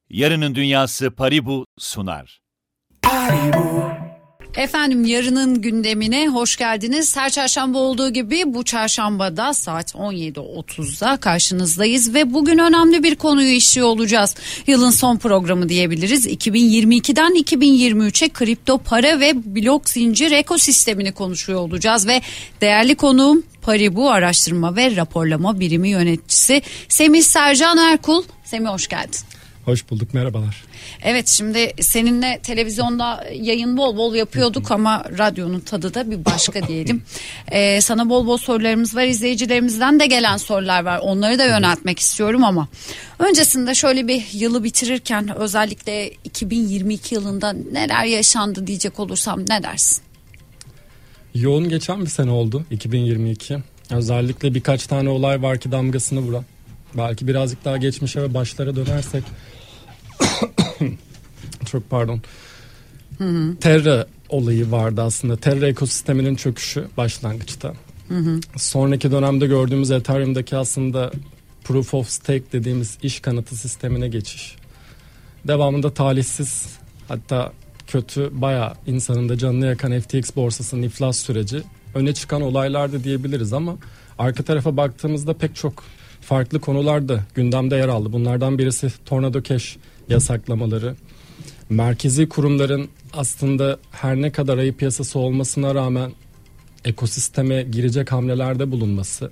Yarının Dünyası Paribu sunar. Efendim, yarının gündemine hoş geldiniz. Her çarşamba olduğu gibi bu çarşambada saat 17.30'da karşınızdayız ve bugün önemli bir konuyu işliyor olacağız. Yılın son programı diyebiliriz. 2022'den 2023'e kripto para ve blok zincir ekosistemini konuşuyor olacağız ve değerli konuğum Paribu Araştırma ve Raporlama Birimi Yöneticisi Semih Sercan Erkul. Semih, hoş geldin. Hoş bulduk, merhabalar. Evet, şimdi seninle televizyonda yayın bol bol yapıyorduk ama radyonun tadı da bir başka diyelim. Sana bol bol sorularımız var, izleyicilerimizden de gelen sorular var, onları da yöneltmek istiyorum ama öncesinde şöyle bir yılı bitirirken özellikle 2022 yılında neler yaşandı diyecek olursam ne dersin? Yoğun geçen bir sene oldu 2022. Özellikle birkaç tane olay var ki damgasını vuran. Belki birazcık daha geçmişe ve başlara dönersek çok pardon. Terra olayı vardı aslında. Terra ekosisteminin çöküşü başlangıçta. Sonraki dönemde gördüğümüz Ethereum'daki aslında Proof of Stake dediğimiz iş kanıtı sistemine geçiş. Devamında talihsiz, hatta kötü, bayağı insanın da canını yakan FTX borsasının iflas süreci öne çıkan olaylardı diyebiliriz ama arka tarafa baktığımızda pek çok farklı konular da gündemde yer aldı. Bunlardan birisi Tornado Cash yasaklamaları. Merkezi kurumların aslında her ne kadar ayı piyasası olmasına rağmen ekosisteme girecek hamlelerde bulunması.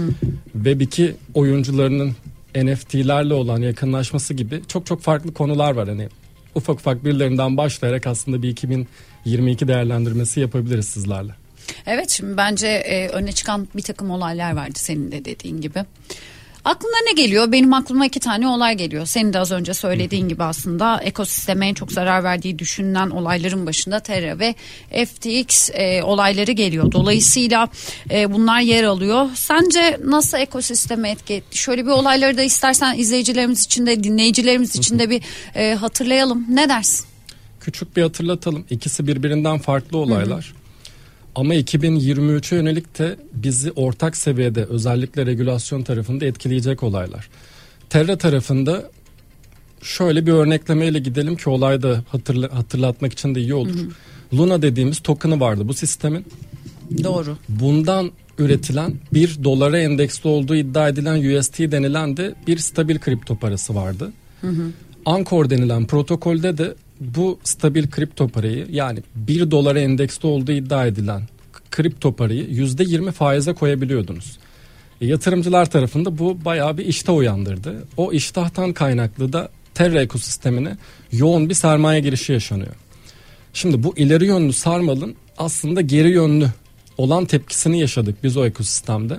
Web2 oyuncularının NFT'lerle olan yakınlaşması gibi çok farklı konular var. Hani ufak birilerinden başlayarak aslında bir 2022 değerlendirmesi yapabiliriz sizlerle. Evet, şimdi bence öne çıkan bir takım olaylar vardı senin de dediğin gibi. Aklına ne geliyor? Benim aklıma 2 tane olay geliyor. Senin de az önce söylediğin gibi aslında ekosisteme en çok zarar verdiği düşünülen olayların başında Terra ve FTX olayları geliyor. Dolayısıyla bunlar yer alıyor. Sence nasıl ekosisteme etki etti? Şöyle bir olayları da istersen izleyicilerimiz için de dinleyicilerimiz için de bir hatırlayalım. Ne dersin? Küçük bir hatırlatalım. İkisi birbirinden farklı olaylar. Ama 2023'e yönelik de bizi ortak seviyede özellikle regülasyon tarafında etkileyecek olaylar. Terra tarafında şöyle bir örneklemeyle gidelim ki olayı da hatırlatmak için de iyi olur. Luna dediğimiz token'ı vardı bu sistemin. Doğru. Bundan üretilen $1 endeksli olduğu iddia edilen UST denilen de bir stabil kripto parası vardı. Anchor denilen protokolde de bu stabil kripto parayı, yani $1 endeksli olduğu iddia edilen kripto parayı %20 faize koyabiliyordunuz. Yatırımcılar tarafında bu bayağı bir iştah uyandırdı. O iştahtan kaynaklı da Terra ekosistemine yoğun bir sermaye girişi yaşanıyor. Şimdi bu ileri yönlü sarmalın aslında geri yönlü olan tepkisini yaşadık biz o ekosistemde.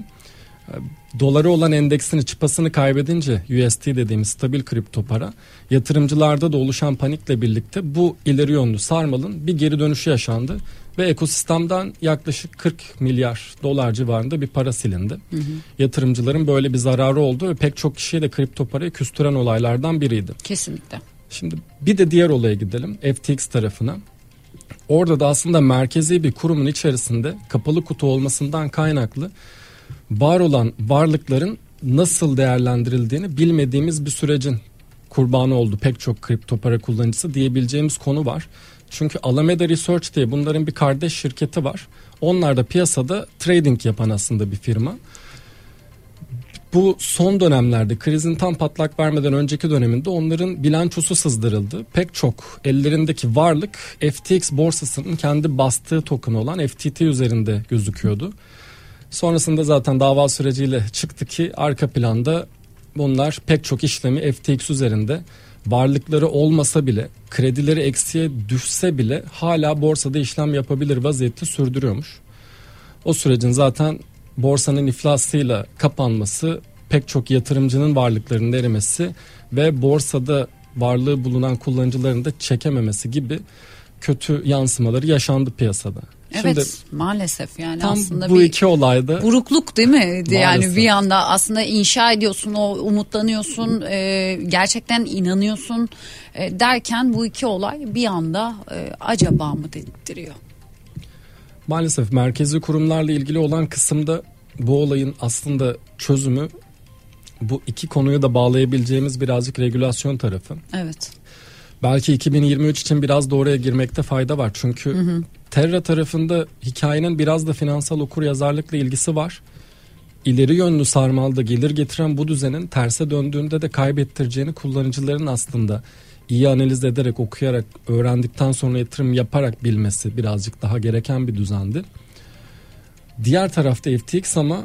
Doları olan endeksini, çıpasını kaybedince UST dediğimiz stabil kripto para, yatırımcılarda da oluşan panikle birlikte bu ileri yönlü sarmalın bir geri dönüşü yaşandı ve ekosistemden yaklaşık $40 milyar civarında bir para silindi. Yatırımcıların böyle bir zararı oldu ve pek çok kişiye de kripto parayı küstüren olaylardan biriydi. Kesinlikle. Şimdi bir de diğer olaya gidelim, FTX tarafına. Orada da aslında merkezi bir kurumun içerisinde kapalı kutu olmasından kaynaklı var olan varlıkların nasıl değerlendirildiğini bilmediğimiz bir sürecin kurbanı oldu pek çok kripto para kullanıcısı diyebileceğimiz konu var. Çünkü Alameda Research diye bunların bir kardeş şirketi var. Onlar da piyasada trading yapan aslında bir firma. Bu son dönemlerde krizin tam patlak vermeden önceki döneminde onların bilançosu sızdırıldı. Pek çok ellerindeki varlık FTX borsasının kendi bastığı token olan FTT üzerinde gözüküyordu. Sonrasında zaten dava süreciyle çıktı ki arka planda bunlar pek çok işlemi FTX üzerinde, varlıkları olmasa bile, kredileri eksiye düşse bile hala borsada işlem yapabilir vaziyette sürdürüyormuş. O sürecin zaten borsanın iflasıyla kapanması, pek çok yatırımcının varlıklarının erimesi ve borsada varlığı bulunan kullanıcıların da çekememesi gibi kötü yansımaları yaşandı piyasada. Evet, şimdi, maalesef yani tam aslında bu bir iki olayda burukluk değil mi? Maalesef. Yani bir anda aslında inşa ediyorsun, o umutlanıyorsun, gerçekten inanıyorsun derken bu iki olay bir anda acaba mı dedirtiyor? Maalesef merkezi kurumlarla ilgili olan kısımda bu olayın aslında çözümü bu iki konuyu da bağlayabileceğimiz birazcık regülasyon tarafı. Evet. Belki 2023 için biraz da oraya girmekte fayda var. Çünkü Terra tarafında hikayenin biraz da finansal okuryazarlıkla ilgisi var. İleri yönlü sarmalda gelir getiren bu düzenin terse döndüğünde de kaybettireceğini kullanıcıların aslında iyi analiz ederek, okuyarak, öğrendikten sonra yatırım yaparak bilmesi birazcık daha gereken bir düzendi. Diğer tarafta FTX ama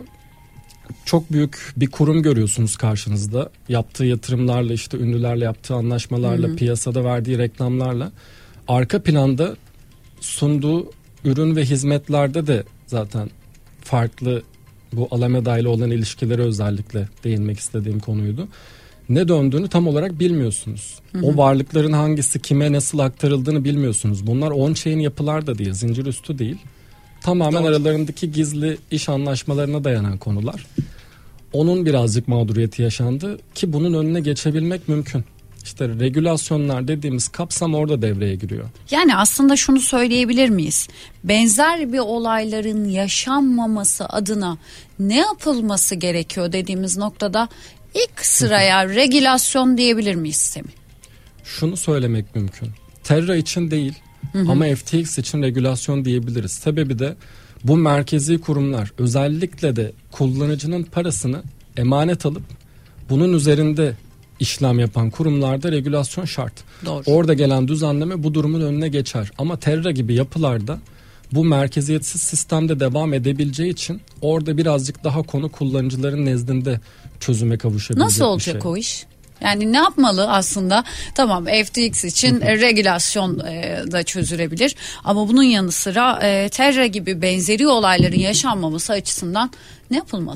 çok büyük bir kurum görüyorsunuz karşınızda. Yaptığı yatırımlarla, işte ünlülerle yaptığı anlaşmalarla, piyasada verdiği reklamlarla, arka planda sunduğu ürün ve hizmetlerde de zaten farklı, bu Alameda ile olan ilişkileri özellikle değinmek istediğim konuydu. Ne döndüğünü tam olarak bilmiyorsunuz. O varlıkların hangisi kime nasıl aktarıldığını bilmiyorsunuz. Bunlar on-chain yapılar da değil, zincir üstü değil. Tamamen aralarındaki gizli iş anlaşmalarına dayanan konular. Onun birazcık mağduriyeti yaşandı ki bunun önüne geçebilmek mümkün. İşte regülasyonlar dediğimiz kapsam orada devreye giriyor. Yani aslında şunu söyleyebilir miyiz? Benzer bir olayların yaşanmaması adına ne yapılması gerekiyor dediğimiz noktada ilk sıraya regülasyon diyebilir miyiz Semih? Şunu söylemek mümkün. Terra için değil ama FTX için regülasyon diyebiliriz. Sebebi de bu merkezi kurumlar özellikle de kullanıcının parasını emanet alıp bunun üzerinde işlem yapan kurumlarda regülasyon şart. Doğru. Orada gelen düzenleme bu durumun önüne geçer. Ama Terra gibi yapılarda bu merkeziyetsiz sistemde devam edebileceği için orada birazcık daha konu kullanıcıların nezdinde çözüme kavuşabilecek Nasıl olacak bir şey. o iş? Yani ne yapmalı aslında? Tamam, FTX için regülasyon da çözülebilir. Ama bunun yanı sıra Terra gibi benzeri olayların yaşanmaması açısından ne yapılmalı?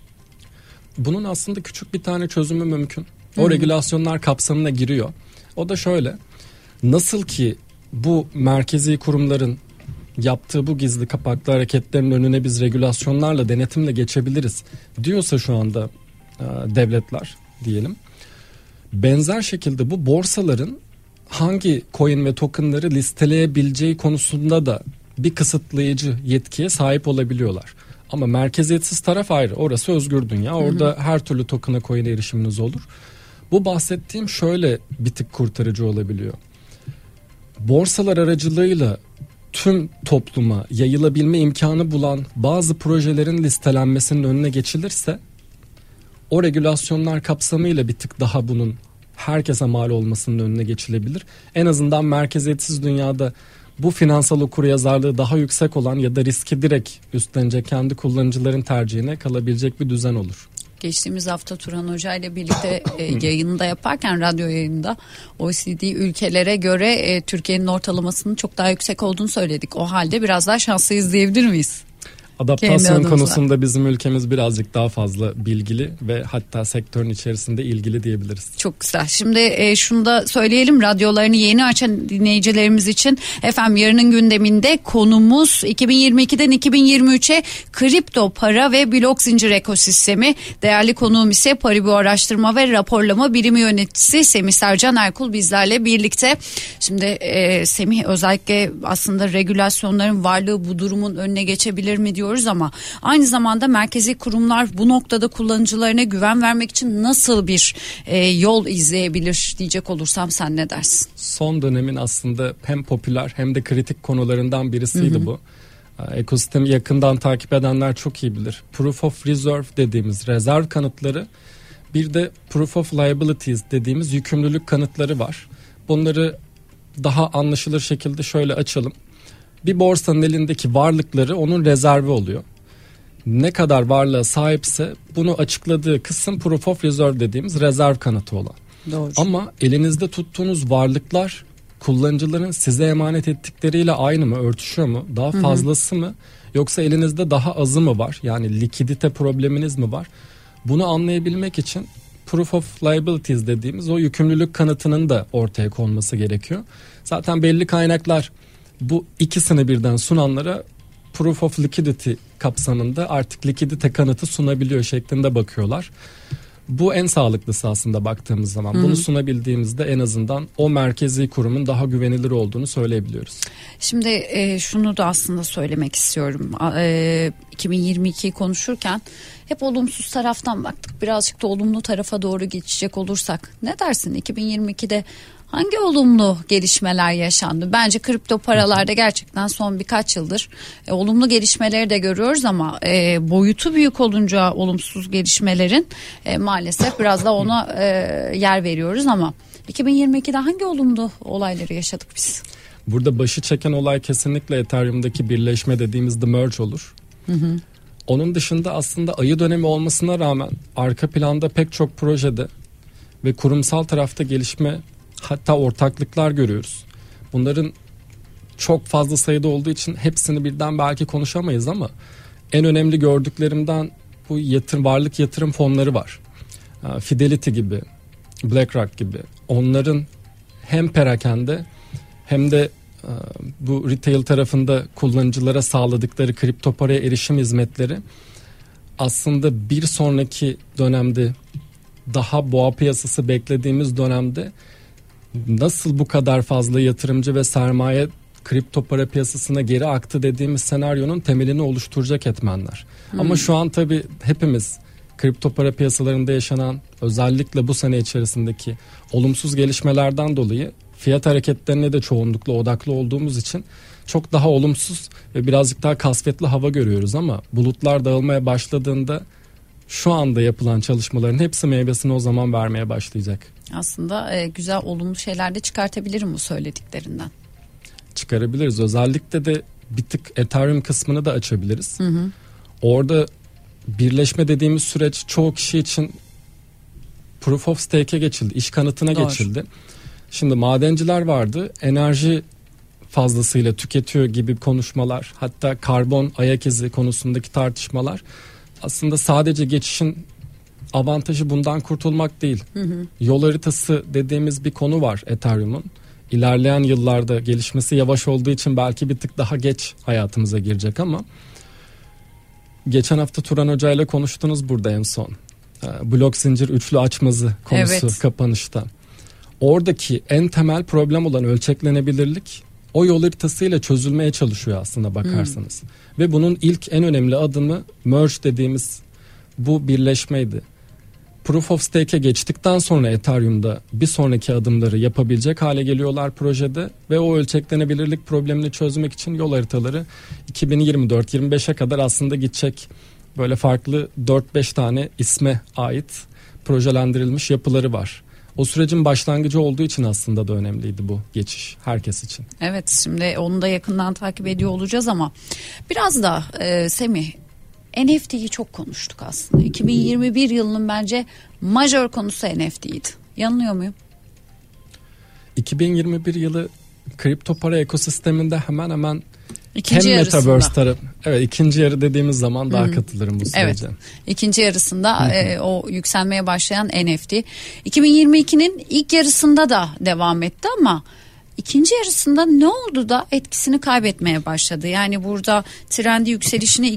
Bunun aslında küçük bir tane çözümü mümkün. O regülasyonlar kapsamına giriyor. O da şöyle. Nasıl ki bu merkezi kurumların yaptığı bu gizli kapaklı hareketlerin önüne biz regülasyonlarla, denetimle geçebiliriz diyorsa şu anda devletler diyelim. Benzer şekilde bu borsaların hangi coin ve tokenları listeleyebileceği konusunda da bir kısıtlayıcı yetkiye sahip olabiliyorlar. Ama merkeziyetsiz taraf ayrı. Orası özgür dünya. Orada her türlü token'a, coin'e erişiminiz olur. Bu bahsettiğim şöyle bir tık kurtarıcı olabiliyor. Borsalar aracılığıyla tüm topluma yayılabilme imkanı bulan bazı projelerin listelenmesinin önüne geçilirse o regülasyonlar kapsamıyla bir tık daha bunun herkese mal olmasının önüne geçilebilir. En azından merkeziyetsiz dünyada bu finansal okuryazarlığı daha yüksek olan ya da riski direkt üstlenecek kendi kullanıcıların tercihine kalabilecek bir düzen olur. Geçtiğimiz hafta Turan Hoca ile birlikte yayında yaparken, radyo yayında OECD ülkelere göre Türkiye'nin ortalamasının çok daha yüksek olduğunu söyledik. O halde biraz daha şanslıyız diyebilir miyiz? Adaptasyon konusunda bizim ülkemiz birazcık daha fazla bilgili ve hatta sektörün içerisinde ilgili diyebiliriz. Çok güzel. Şimdi şunu da söyleyelim, radyolarını yeni açan dinleyicilerimiz için. Efendim, yarının gündeminde konumuz 2022'den 2023'e kripto para ve blok zincir ekosistemi. Değerli konuğum ise Paribu Araştırma ve Raporlama Birimi Yöneticisi Semih Sercan Erkul bizlerle birlikte. Şimdi Semih, özellikle aslında regülasyonların varlığı bu durumun önüne geçebilir mi diyor ama aynı zamanda merkezi kurumlar bu noktada kullanıcılarına güven vermek için nasıl bir yol izleyebilir diyecek olursam sen ne dersin? Son dönemin aslında hem popüler hem de kritik konularından birisiydi bu. Ekosistemi yakından takip edenler çok iyi bilir. Proof of Reserve dediğimiz rezerv kanıtları, bir de Proof of Liabilities dediğimiz yükümlülük kanıtları var. Bunları daha anlaşılır şekilde şöyle açalım. Bir borsanın elindeki varlıkları onun rezervi oluyor. Ne kadar varlığa sahipse bunu açıkladığı kısım Proof of Reserve dediğimiz rezerv kanıtı olan. Doğru. Ama elinizde tuttuğunuz varlıklar kullanıcıların size emanet ettikleriyle aynı mı, örtüşüyor mu? Daha fazlası mı? Yoksa elinizde daha azı mı var? Yani likidite probleminiz mi var? Bunu anlayabilmek için Proof of Liabilities dediğimiz o yükümlülük kanıtının da ortaya konması gerekiyor. Zaten belli kaynaklar bu ikisini birden sunanlara Proof of Liquidity kapsamında artık likidite kanıtı sunabiliyor şeklinde bakıyorlar. Bu en sağlıklısı aslında baktığımız zaman. Bunu sunabildiğimizde en azından o merkezi kurumun daha güvenilir olduğunu söyleyebiliyoruz. Şimdi şunu da aslında söylemek istiyorum. 2022'yi konuşurken hep olumsuz taraftan baktık. Birazcık da olumlu tarafa doğru geçecek olursak ne dersin? 2022'de hangi olumlu gelişmeler yaşandı? Bence kripto paralarda gerçekten son birkaç yıldır olumlu gelişmeleri de görüyoruz ama boyutu büyük olunca olumsuz gelişmelerin maalesef biraz da ona yer veriyoruz ama 2022'de hangi olumlu olayları yaşadık biz? Burada başı çeken olay kesinlikle Ethereum'daki birleşme dediğimiz the merge olur. Onun dışında aslında ayı dönemi olmasına rağmen arka planda pek çok projede ve kurumsal tarafta gelişme, hatta ortaklıklar görüyoruz. Bunların çok fazla sayıda olduğu için hepsini birden belki konuşamayız ama en önemli gördüklerimden bu varlık yatırım fonları var. Fidelity gibi, BlackRock gibi. Onların hem perakende hem de bu retail tarafında kullanıcılara sağladıkları kripto paraya erişim hizmetleri aslında bir sonraki dönemde, daha boğa piyasası beklediğimiz dönemde nasıl bu kadar fazla yatırımcı ve sermaye kripto para piyasasına geri aktı dediğimiz senaryonun temelini oluşturacak etmenler. Ama şu an tabii hepimiz kripto para piyasalarında yaşanan, özellikle bu sene içerisindeki olumsuz gelişmelerden dolayı fiyat hareketlerine de çoğunlukla odaklı olduğumuz için çok daha olumsuz ve birazcık daha kasvetli hava görüyoruz ama bulutlar dağılmaya başladığında şu anda yapılan çalışmaların hepsi meyvesini o zaman vermeye başlayacak. Aslında güzel olumlu şeyler de çıkartabilirim bu söylediklerinden. Çıkarabiliriz. Özellikle de bir tık Ethereum kısmını da açabiliriz. Orada birleşme dediğimiz süreç çoğu kişi için proof of stake'e geçildi. İş kanıtına geçildi. Şimdi madenciler vardı. Enerji fazlasıyla tüketiyor gibi konuşmalar, hatta karbon ayak izi konusundaki tartışmalar. Aslında sadece geçişin avantajı bundan kurtulmak değil. Yol haritası dediğimiz bir konu var Ethereum'un. İlerleyen yıllarda gelişmesi yavaş olduğu için belki bir tık daha geç hayatımıza girecek ama geçen hafta Turan Hoca ile konuştunuz burada en son. Blok zincir üçlü açmazı konusu kapanışta. Oradaki en temel problem olan ölçeklenebilirlik o yol haritasıyla çözülmeye çalışıyor aslında bakarsanız. Ve bunun ilk en önemli adımı merge dediğimiz bu birleşmeydi. Proof of Stake'e geçtikten sonra Ethereum'da bir sonraki adımları yapabilecek hale geliyorlar projede ve o ölçeklenebilirlik problemini çözmek için yol haritaları 2024-25'e kadar aslında gidecek, böyle farklı 4-5 tane isme ait projelendirilmiş yapıları var. O sürecin başlangıcı olduğu için aslında da önemliydi bu geçiş herkes için. Evet, şimdi onu da yakından takip ediyor olacağız ama biraz da Semih, NFT'yi çok konuştuk aslında. 2021 yılının bence majör konusu NFT'ydi. Yanılıyor muyum? 2021 yılı kripto para ekosisteminde hemen hemen İkinci hem yarısında. Metaverse tarafı. Evet, ikinci yarı dediğimiz zaman daha katılırım bu sürece. Evet. İkinci yarısında o yükselmeye başlayan NFT. 2022'nin ilk yarısında da devam etti ama İkinci yarısında ne oldu da etkisini kaybetmeye başladı? Yani burada trendi yükselişini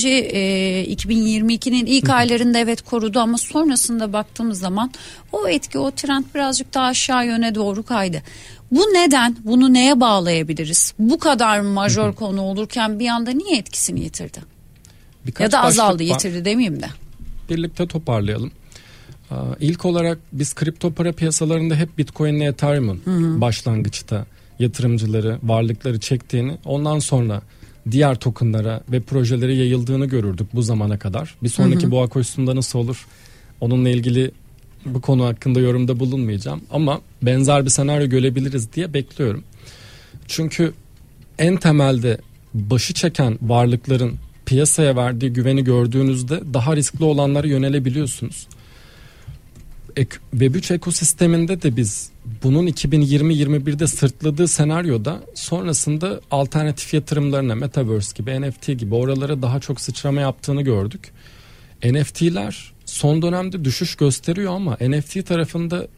2022'nin ilk aylarında evet korudu ama sonrasında baktığımız zaman o etki, o trend birazcık daha aşağı yöne doğru kaydı. Bu neden? Bunu neye bağlayabiliriz? Bu kadar majör konu olurken bir anda niye etkisini yitirdi? Ya da azaldı, yitirdi demeyeyim de. Birlikte toparlayalım. İlk olarak biz kripto para piyasalarında hep Bitcoin ile Ethereum'un başlangıçta yatırımcıları, varlıkları çektiğini, ondan sonra diğer tokenlara ve projelere yayıldığını görürdük bu zamana kadar. Bir sonraki boğa koşusunda nasıl olur? Onunla ilgili bu konu hakkında yorumda bulunmayacağım ama benzer bir senaryo görebiliriz diye bekliyorum. Çünkü en temelde başı çeken varlıkların piyasaya verdiği güveni gördüğünüzde daha riskli olanlara yönelebiliyorsunuz. Web3 ekosisteminde de biz bunun 2020-21'de sırtladığı senaryoda sonrasında alternatif yatırımlarına, Metaverse gibi, NFT gibi oralara daha çok sıçrama yaptığını gördük. NFT'ler son dönemde düşüş gösteriyor ama NFT tarafında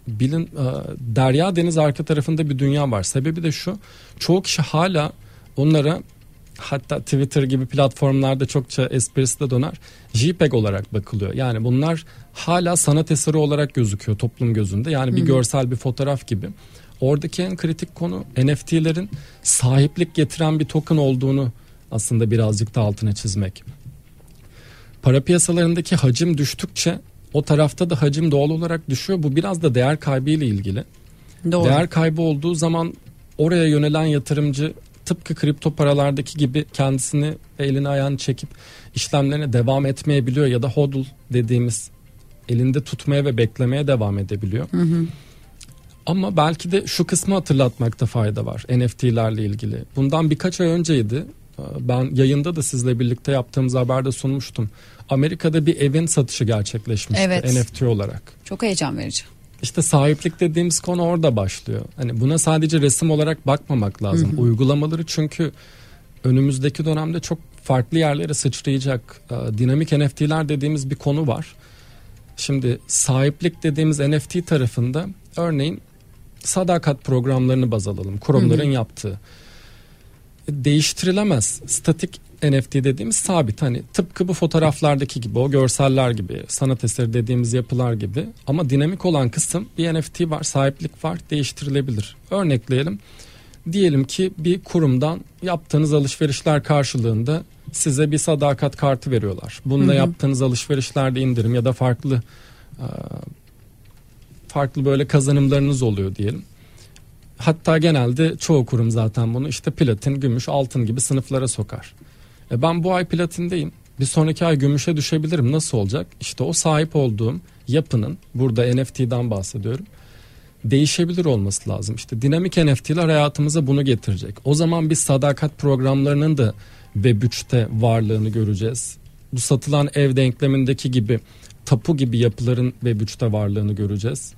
derya deniz arka tarafında bir dünya var. Sebebi de şu: çoğu kişi hala onlara hatta Twitter gibi platformlarda çokça esprisi de döner. JPEG olarak bakılıyor. Yani bunlar hala sanat eseri olarak gözüküyor toplum gözünde. Yani bir görsel bir fotoğraf gibi. Oradaki en kritik konu NFT'lerin sahiplik getiren bir token olduğunu aslında birazcık da altına çizmek. Para piyasalarındaki hacim düştükçe o tarafta da hacim doğal olarak düşüyor. Bu biraz da değer kaybı ile ilgili. Doğru. Değer kaybı olduğu zaman oraya yönelen yatırımcı tıpkı kripto paralardaki gibi kendisini elini ayağını çekip işlemlerine devam etmeyebiliyor ya da hodl dediğimiz elinde tutmaya ve beklemeye devam edebiliyor. Ama belki de şu kısmı hatırlatmakta fayda var NFT'lerle ilgili. Bundan birkaç ay önceydi. Ben yayında da sizle birlikte yaptığımız haberde sunmuştum. Amerika'da bir evin satışı gerçekleşmişti, evet, NFT olarak. Çok heyecan verici. İşte sahiplik dediğimiz konu orada başlıyor. Hani buna sadece resim olarak bakmamak lazım. Uygulamaları çünkü önümüzdeki dönemde çok farklı yerlere sıçrayacak. Dinamik NFT'ler dediğimiz bir konu var. Şimdi sahiplik dediğimiz NFT tarafında örneğin sadakat programlarını baz alalım. Kurumların yaptığı. Değiştirilemez statik NFT dediğimiz sabit, hani tıpkı bu fotoğraflardaki gibi, o görseller gibi, sanat eseri dediğimiz yapılar gibi, ama dinamik olan kısım bir NFT var, sahiplik var, değiştirilebilir. Örnekleyelim, diyelim ki bir kurumdan yaptığınız alışverişler karşılığında size bir sadakat kartı veriyorlar. Bununla yaptığınız alışverişlerde indirim ya da farklı böyle kazanımlarınız oluyor diyelim. Hatta genelde çoğu kurum zaten bunu işte platin, gümüş, altın gibi sınıflara sokar. Ben bu ay platindeyim. Bir sonraki ay gümüşe düşebilirim. Nasıl olacak? İşte o sahip olduğum yapının, burada NFT'den bahsediyorum, değişebilir olması lazım. İşte dinamik NFT'ler hayatımıza bunu getirecek. O zaman biz sadakat programlarının da Web3'te varlığını göreceğiz. Bu satılan ev denklemindeki gibi tapu gibi yapıların Web3'te varlığını göreceğiz.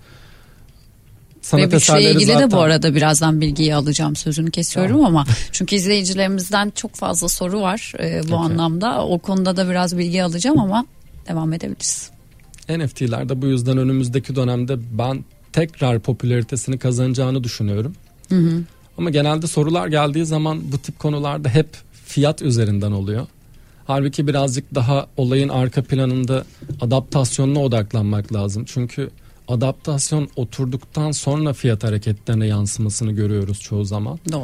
Sanat eserleri ilgili zaten... de bu arada birazdan bilgiyi alacağım, sözünü kesiyorum ama çünkü izleyicilerimizden çok fazla soru var bu anlamda. O konuda da biraz bilgi alacağım ama devam edebiliriz. NFT'ler de bu yüzden önümüzdeki dönemde ben tekrar popülaritesini kazanacağını düşünüyorum. Ama genelde sorular geldiği zaman bu tip konularda hep fiyat üzerinden oluyor. Halbuki birazcık daha olayın arka planında adaptasyonuna odaklanmak lazım. Çünkü adaptasyon oturduktan sonra fiyat hareketlerine yansımasını görüyoruz çoğu zaman. Doğru.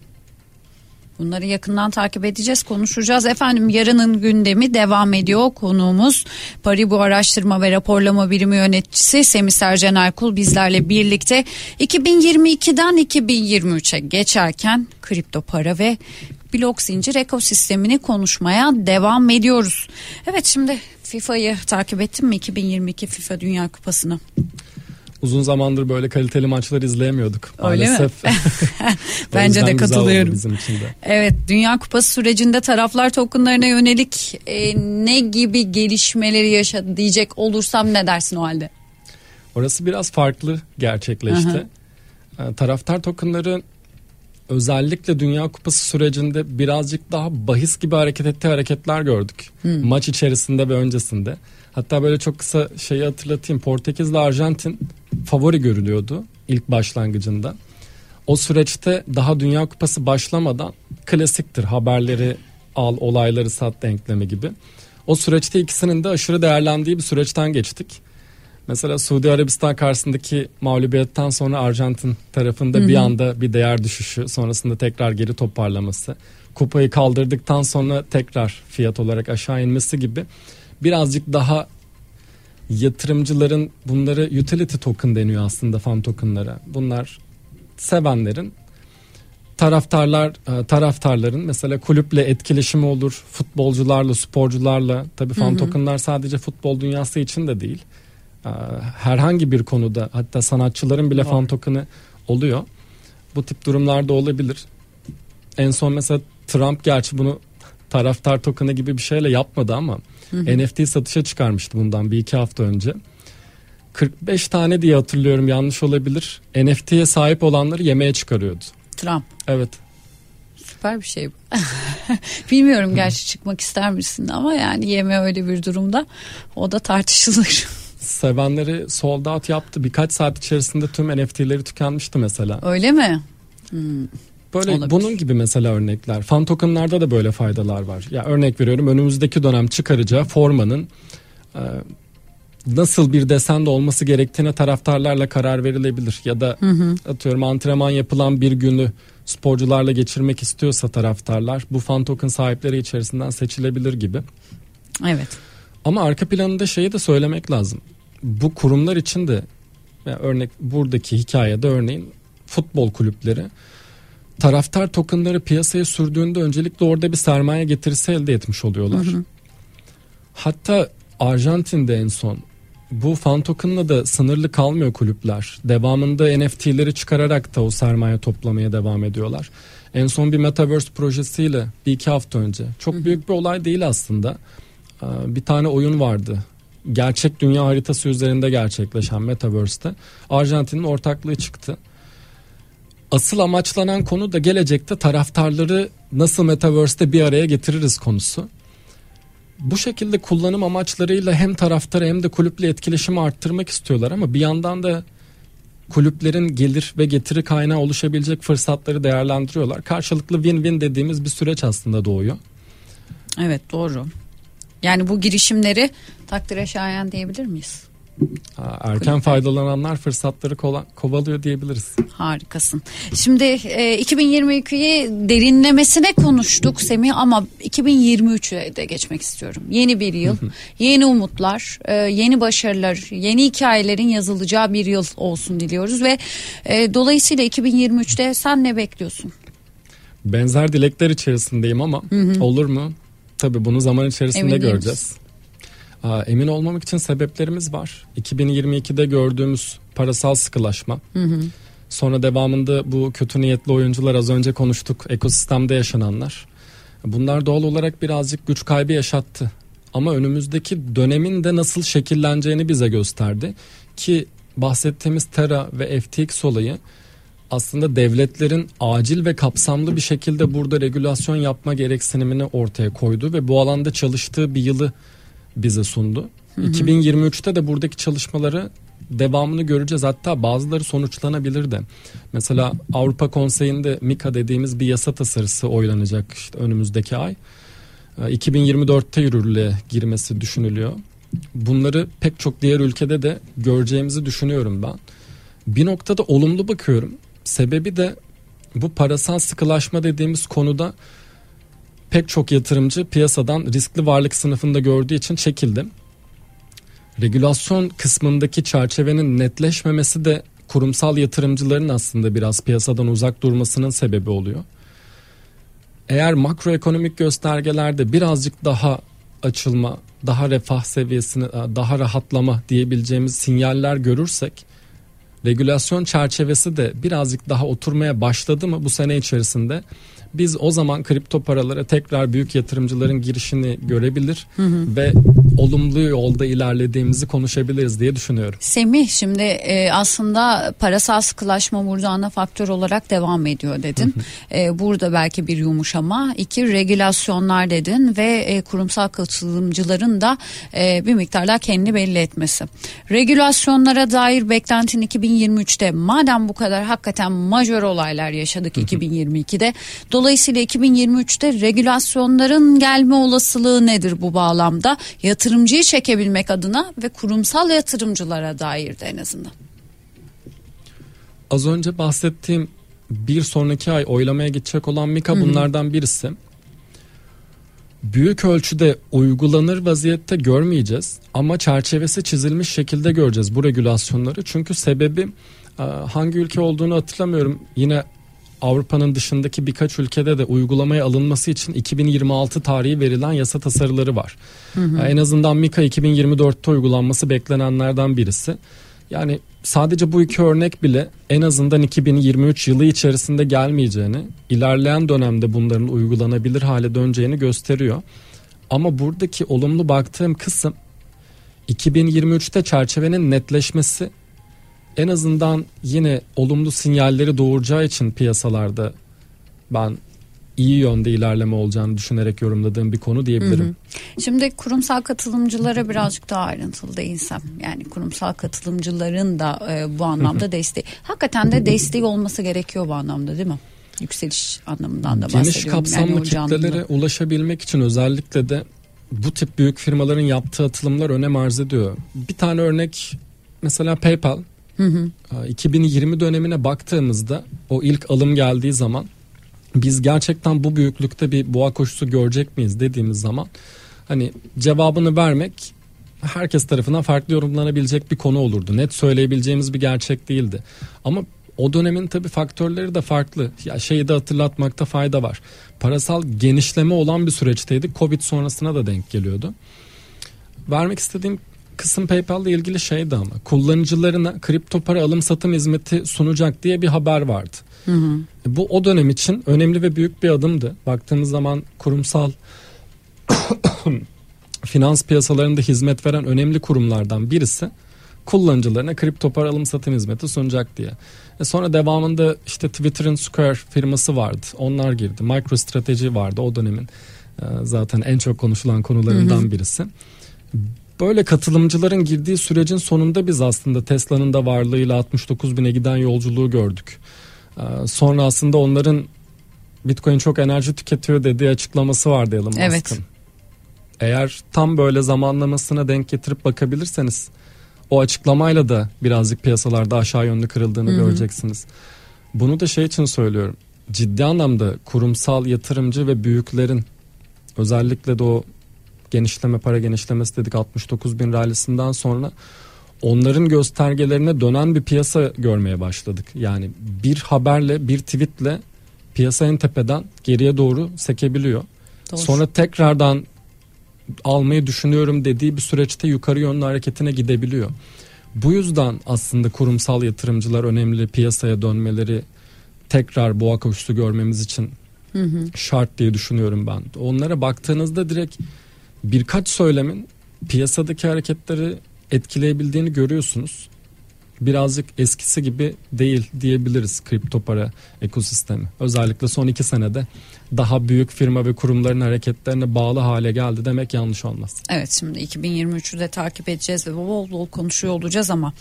Bunları yakından takip edeceğiz, konuşacağız. Efendim, yarının gündemi devam ediyor. Konuğumuz Paribu Araştırma ve Raporlama Birimi Yöneticisi Semih Sercan Erkul bizlerle birlikte. 2022'den 2023'e geçerken kripto para ve blok zincir ekosistemini konuşmaya devam ediyoruz. Evet, şimdi FIFA'yı takip ettin mi? 2022 FIFA Dünya Kupası'nı. Uzun zamandır böyle kaliteli maçlar izleyemiyorduk. Öyle maalesef. mi? Bence de katılıyorum. Bizim için de. Evet, Dünya Kupası sürecinde taraflar tokenlarına yönelik ne gibi gelişmeleri yaşadı diyecek olursam ne dersin o halde? Orası biraz farklı gerçekleşti. Taraftar tokenları özellikle Dünya Kupası sürecinde birazcık daha bahis gibi hareket ettiği hareketler gördük. Maç içerisinde ve öncesinde. Hatta böyle çok kısa şeyi hatırlatayım. Portekiz'le Arjantin favori görülüyordu ilk başlangıcında. O süreçte daha Dünya Kupası başlamadan klasiktir, haberleri al, olayları sat denklemi gibi. O süreçte ikisinin de aşırı değerlendiği bir süreçten geçtik. Mesela Suudi Arabistan karşısındaki mağlubiyetten sonra Arjantin tarafında bir anda bir değer düşüşü, sonrasında tekrar geri toparlaması, kupayı kaldırdıktan sonra tekrar fiyat olarak aşağı inmesi gibi birazcık daha yatırımcıların, bunları utility token deniyor aslında, fan tokenlara. Bunlar sevenlerin, taraftarların mesela kulüple etkileşimi olur, futbolcularla, sporcularla. Tabii fan tokenlar sadece futbol dünyası için de değil. Herhangi bir konuda, hatta sanatçıların bile fan token'ı oluyor. Bu tip durumlarda olabilir. En son mesela Trump, gerçi bunu taraftar token'ı gibi bir şeyle yapmadı ama NFT satışa çıkarmıştı bundan 1-2 hafta önce. 45 tane diye hatırlıyorum, yanlış olabilir. NFT'ye sahip olanları yemeğe çıkarıyordu. Trump. Evet. Süper bir şey bu. Bilmiyorum gerçi çıkmak ister misin ama yani yeme öyle bir durumda o da tartışılır. Sevenleri sold out yaptı. Birkaç saat içerisinde tüm NFT'leri tükenmişti mesela. Öyle mi? Böyle olabilir. Bunun gibi mesela örnekler. Fan tokenlarda da böyle faydalar var. Ya örnek veriyorum, önümüzdeki dönem çıkaracağı formanın nasıl bir desende olması gerektiğine taraftarlarla karar verilebilir. Ya da atıyorum antrenman yapılan bir günü sporcularla geçirmek istiyorsa taraftarlar, bu fan token sahipleri içerisinden seçilebilir gibi. Evet. Ama arka planında şeyi de söylemek lazım. Bu kurumlar için de, yani örnek buradaki hikayede örneğin futbol kulüpleri taraftar tokenları piyasaya sürdüğünde öncelikle orada bir sermaye getirisi elde etmiş oluyorlar. Hatta Arjantin'de en son bu fan token'la da sınırlı kalmıyor kulüpler. Devamında NFT'leri çıkararak da o sermaye toplamaya devam ediyorlar. En son bir Metaverse projesiyle 1-2 hafta önce. Çok büyük bir olay değil aslında. Bir tane oyun vardı. Gerçek dünya haritası üzerinde gerçekleşen Metaverse'te Arjantin'in ortaklığı çıktı. Asıl amaçlanan konu da gelecekte taraftarları nasıl Metaverse'te bir araya getiririz konusu. Bu şekilde kullanım amaçlarıyla hem taraftarı hem de kulüple etkileşimi arttırmak istiyorlar ama bir yandan da kulüplerin gelir ve getiri kaynağı oluşabilecek fırsatları değerlendiriyorlar. Karşılıklı win-win dediğimiz bir süreç aslında doğuyor. Evet, doğru. Yani bu girişimleri takdire şayan diyebilir miyiz? Erken faydalananlar fırsatları kovalıyor diyebiliriz. Harikasın. Şimdi 2022'yi derinlemesine konuştuk Semih, ama 2023'e de geçmek istiyorum. Yeni bir yıl, yeni umutlar, yeni başarılar, yeni hikayelerin yazılacağı bir yıl olsun diliyoruz ve dolayısıyla 2023'te sen ne bekliyorsun? Benzer dilekler içerisindeyim ama olur mu? Tabii bunu zaman içerisinde göreceğiz. Emin olmamak için sebeplerimiz var. 2022'de gördüğümüz parasal sıkılaşma. Sonra devamında bu kötü niyetli oyuncular, az önce konuştuk, ekosistemde yaşananlar. Bunlar doğal olarak birazcık güç kaybı yaşattı. Ama önümüzdeki dönemin de nasıl şekilleneceğini bize gösterdi. Ki bahsettiğimiz Terra ve FTX olayı aslında devletlerin acil ve kapsamlı bir şekilde burada regülasyon yapma gereksinimini ortaya koydu ve bu alanda çalıştığı bir yılı bize sundu. 2023'te de buradaki çalışmaları devamını göreceğiz. Hatta bazıları sonuçlanabilir de. Mesela Avrupa Konseyi'nde MiCA dediğimiz bir yasa tasarısı oylanacak işte önümüzdeki ay. 2024'te yürürlüğe girmesi düşünülüyor. Bunları pek çok diğer ülkede de göreceğimizi düşünüyorum ben. Bir noktada olumlu bakıyorum. Sebebi de bu parasal sıkılaşma dediğimiz konuda pek çok yatırımcı piyasadan riskli varlık sınıfında gördüğü için çekildi. Regülasyon kısmındaki çerçevenin netleşmemesi de kurumsal yatırımcıların aslında biraz piyasadan uzak durmasının sebebi oluyor. Eğer makroekonomik göstergelerde birazcık daha açılma, daha refah seviyesini, daha rahatlama diyebileceğimiz sinyaller görürsek, regülasyon çerçevesi de birazcık daha oturmaya başladı mı bu sene içerisinde, biz o zaman kripto paralara tekrar büyük yatırımcıların girişini görebilir ve olumlu yolda ilerlediğimizi konuşabiliriz diye düşünüyorum. Semih, şimdi aslında parasal sıkılaşma burada ana faktör olarak devam ediyor dedin. Burada belki bir yumuşama. 2, regülasyonlar dedin ve kurumsal katılımcıların da bir miktarda kendini belli etmesi. Regülasyonlara dair beklentin 2023'te, madem bu kadar hakikaten majör olaylar yaşadık 2022'de, dolayısıyla 2023'te regülasyonların gelme olasılığı nedir bu bağlamda? Yatırımcıyı çekebilmek adına ve kurumsal yatırımcılara dair de en azından. Az önce bahsettiğim bir sonraki ay oylamaya gidecek olan MiCA bunlardan birisi. Büyük ölçüde uygulanır vaziyette görmeyeceğiz ama çerçevesi çizilmiş şekilde göreceğiz bu regülasyonları. Çünkü sebebi, hangi ülke olduğunu hatırlamıyorum, yine Avrupa'nın dışındaki birkaç ülkede de uygulamaya alınması için 2026 tarihi verilen yasa tasarıları var. En azından MiCA 2024'te uygulanması beklenenlerden birisi. Yani sadece bu iki örnek bile en azından 2023 yılı içerisinde gelmeyeceğini, ilerleyen dönemde bunların uygulanabilir hale döneceğini gösteriyor. Ama buradaki olumlu baktığım kısım, 2023'te çerçevenin netleşmesi en azından yine olumlu sinyalleri doğuracağı için piyasalarda ben iyi yönde ilerleme olacağını düşünerek yorumladığım bir konu diyebilirim. Şimdi kurumsal katılımcılara birazcık daha ayrıntılı değinsem, yani kurumsal katılımcıların da bu anlamda desteği, hakikaten de desteği olması gerekiyor bu anlamda, değil mi? Yükseliş anlamından da bahsediyorum. Geniş kapsamlı yani kitlelere ulaşabilmek için özellikle de bu tip büyük firmaların yaptığı atılımlar önem arz ediyor. Bir tane örnek mesela PayPal. 2020 dönemine baktığımızda o ilk alım geldiği zaman biz gerçekten bu büyüklükte bir boğa koşusu görecek miyiz dediğimiz zaman hani cevabını vermek herkes tarafından farklı yorumlanabilecek bir konu olurdu. Net söyleyebileceğimiz bir gerçek değildi. Ama o dönemin tabii faktörleri de farklı. Ya şeyi de hatırlatmakta fayda var. Parasal genişleme olan bir süreçteydi. Covid sonrasına da denk geliyordu. Vermek istediğim kısım PayPal'la ilgili şeydi ama kullanıcılarına kripto para alım satım hizmeti sunacak diye bir haber vardı. Bu o dönem için önemli ve büyük bir adımdı. Baktığımız zaman kurumsal finans piyasalarında hizmet veren önemli kurumlardan birisi kullanıcılarına kripto para alım satım hizmeti sunacak diye. Sonra devamında işte Twitter'ın Square firması vardı. Onlar girdi. MicroStrategy vardı o dönemin zaten en çok konuşulan konularından birisi. Böyle katılımcıların girdiği sürecin sonunda biz aslında Tesla'nın da varlığıyla 69 bine giden yolculuğu gördük. Sonra aslında onların Bitcoin çok enerji tüketiyor dediği açıklaması vardı Elon Musk'ın. Evet. Eğer tam böyle zamanlamasına denk getirip bakabilirseniz o açıklamayla da birazcık piyasalarda aşağı yönlü kırıldığını göreceksiniz. Bunu da şey için söylüyorum. Ciddi anlamda kurumsal yatırımcı ve büyüklerin özellikle de o para genişlemesi dedik 69 bin rallisinden sonra onların göstergelerine dönen bir piyasa görmeye başladık. Yani bir haberle bir tweetle piyasa en tepeden geriye doğru sekebiliyor. Doğru. Sonra tekrardan almayı düşünüyorum dediği bir süreçte yukarı yönlü hareketine gidebiliyor. Bu yüzden aslında kurumsal yatırımcılar önemli, piyasaya dönmeleri tekrar boğa koşusu görmemiz için şart diye düşünüyorum ben. Onlara baktığınızda direkt birkaç söylemin piyasadaki hareketleri etkileyebildiğini görüyorsunuz. Birazcık eskisi gibi değil diyebiliriz kripto para ekosistemi. Özellikle son 2 senede daha büyük firma ve kurumların hareketlerine bağlı hale geldi demek yanlış olmaz. Evet, şimdi 2023'ü de takip edeceğiz ve bol bol konuşuyor olacağız ama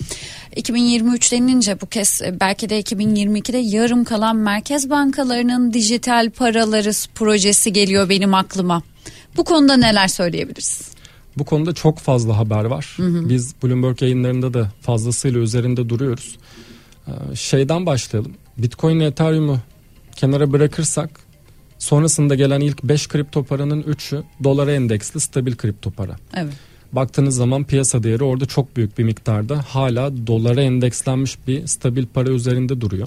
2023 denince bu kez belki de 2022'de yarım kalan merkez bankalarının dijital paraları projesi geliyor benim aklıma. Bu konuda neler söyleyebiliriz? Bu konuda çok fazla haber var. Biz Bloomberg yayınlarında da fazlasıyla üzerinde duruyoruz. Şeyden başlayalım. Bitcoin ile Ethereum'u kenara bırakırsak sonrasında gelen ilk 5 kripto paranın 3'ü dolara endeksli stabil kripto para. Evet. Baktığınız zaman piyasa değeri orada çok büyük bir miktarda hala dolara endekslenmiş bir stabil para üzerinde duruyor.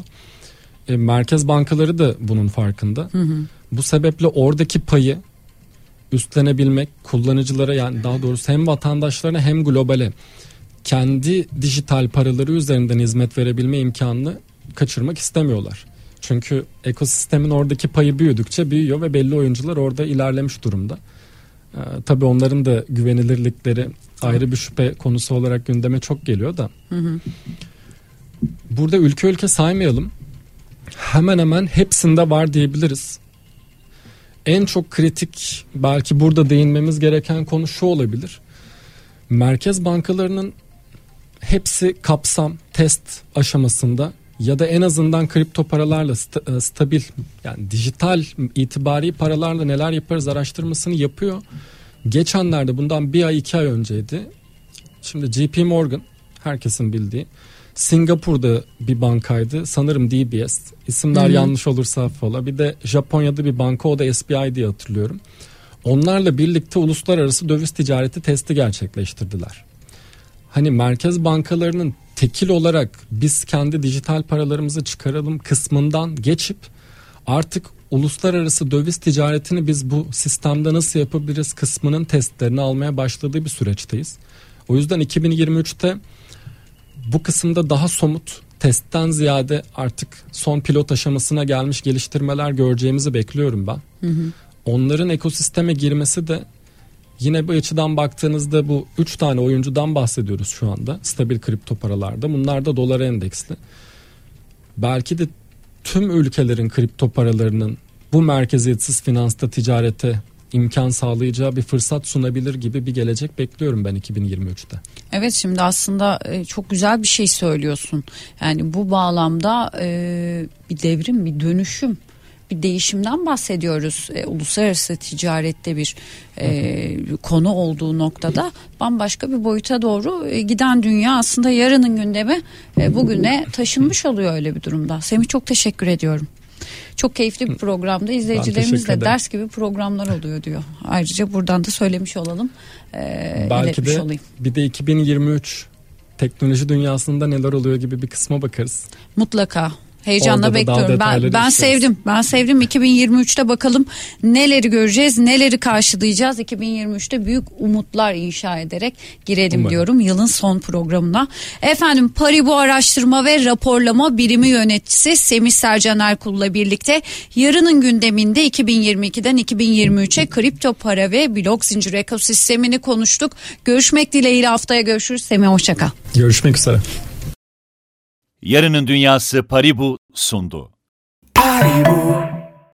Merkez bankaları da bunun farkında. Bu sebeple oradaki payı üstlenebilmek, kullanıcılara yani daha doğrusu hem vatandaşlarına hem globale kendi dijital paraları üzerinden hizmet verebilme imkanını kaçırmak istemiyorlar. Çünkü ekosistemin oradaki payı büyüdükçe büyüyor ve belli oyuncular orada ilerlemiş durumda. Tabii onların da güvenilirlikleri ayrı bir şüphe konusu olarak gündeme çok geliyor da. Burada ülke saymayalım. Hemen hemen hepsinde var diyebiliriz. En çok kritik belki burada değinmemiz gereken konu şu olabilir. Merkez bankalarının hepsi kapsam, test aşamasında ya da en azından kripto paralarla stabil yani dijital itibari paralarla neler yaparız araştırmasını yapıyor. Geçenlerde bundan 1 ay 2 ay önceydi. Şimdi JP Morgan herkesin bildiği Singapur'da bir bankaydı. Sanırım DBS. İsimler yanlış olursa affola. Bir de Japonya'da bir banka o da SBI diye hatırlıyorum. Onlarla birlikte uluslararası döviz ticareti testi gerçekleştirdiler. Hani merkez bankalarının tekil olarak biz kendi dijital paralarımızı çıkaralım kısmından geçip artık uluslararası döviz ticaretini biz bu sistemde nasıl yapabiliriz kısmının testlerini almaya başladığı bir süreçteyiz. O yüzden 2023'te bu kısımda daha somut testten ziyade artık son pilot aşamasına gelmiş geliştirmeler göreceğimizi bekliyorum ben. Onların ekosisteme girmesi de yine bu açıdan baktığınızda bu 3 tane oyuncudan bahsediyoruz şu anda stabil kripto paralarda. Bunlar da dolara endeksli. Belki de tüm ülkelerin kripto paralarının bu merkeziyetsiz finansta ticarete imkan sağlayacağı bir fırsat sunabilir gibi bir gelecek bekliyorum ben 2023'te. Evet, şimdi aslında çok güzel bir şey söylüyorsun. Yani bu bağlamda bir devrim, bir dönüşüm. bir değişimden bahsediyoruz. Uluslararası ticarette bir konu olduğu noktada bambaşka bir boyuta doğru giden dünya aslında yarının gündemi bugüne taşınmış oluyor öyle bir durumda. Semih, çok teşekkür ediyorum. Çok keyifli bir programda, izleyicilerimiz de ders gibi programlar oluyor diyor. Ayrıca buradan da söylemiş olalım. Belki de olayım. Bir de 2023 teknoloji dünyasında neler oluyor gibi bir kısma bakarız. Mutlaka. Heyecanla bekliyorum. Ben sevdim. 2023'te bakalım neleri göreceğiz, neleri karşılayacağız. 2023'te büyük umutlar inşa ederek girelim diyorum yılın son programına. Efendim, Paribu Araştırma ve Raporlama Birimi Yöneticisi Semih Sercan Erkul'la birlikte yarının gündeminde 2022'den 2023'e kripto para ve blok zincir ekosistemini konuştuk. Görüşmek dileğiyle, haftaya görüşürüz. Semih, hoşça kal. Görüşmek üzere. Yarının Dünyası Paribu sundu. Paribu.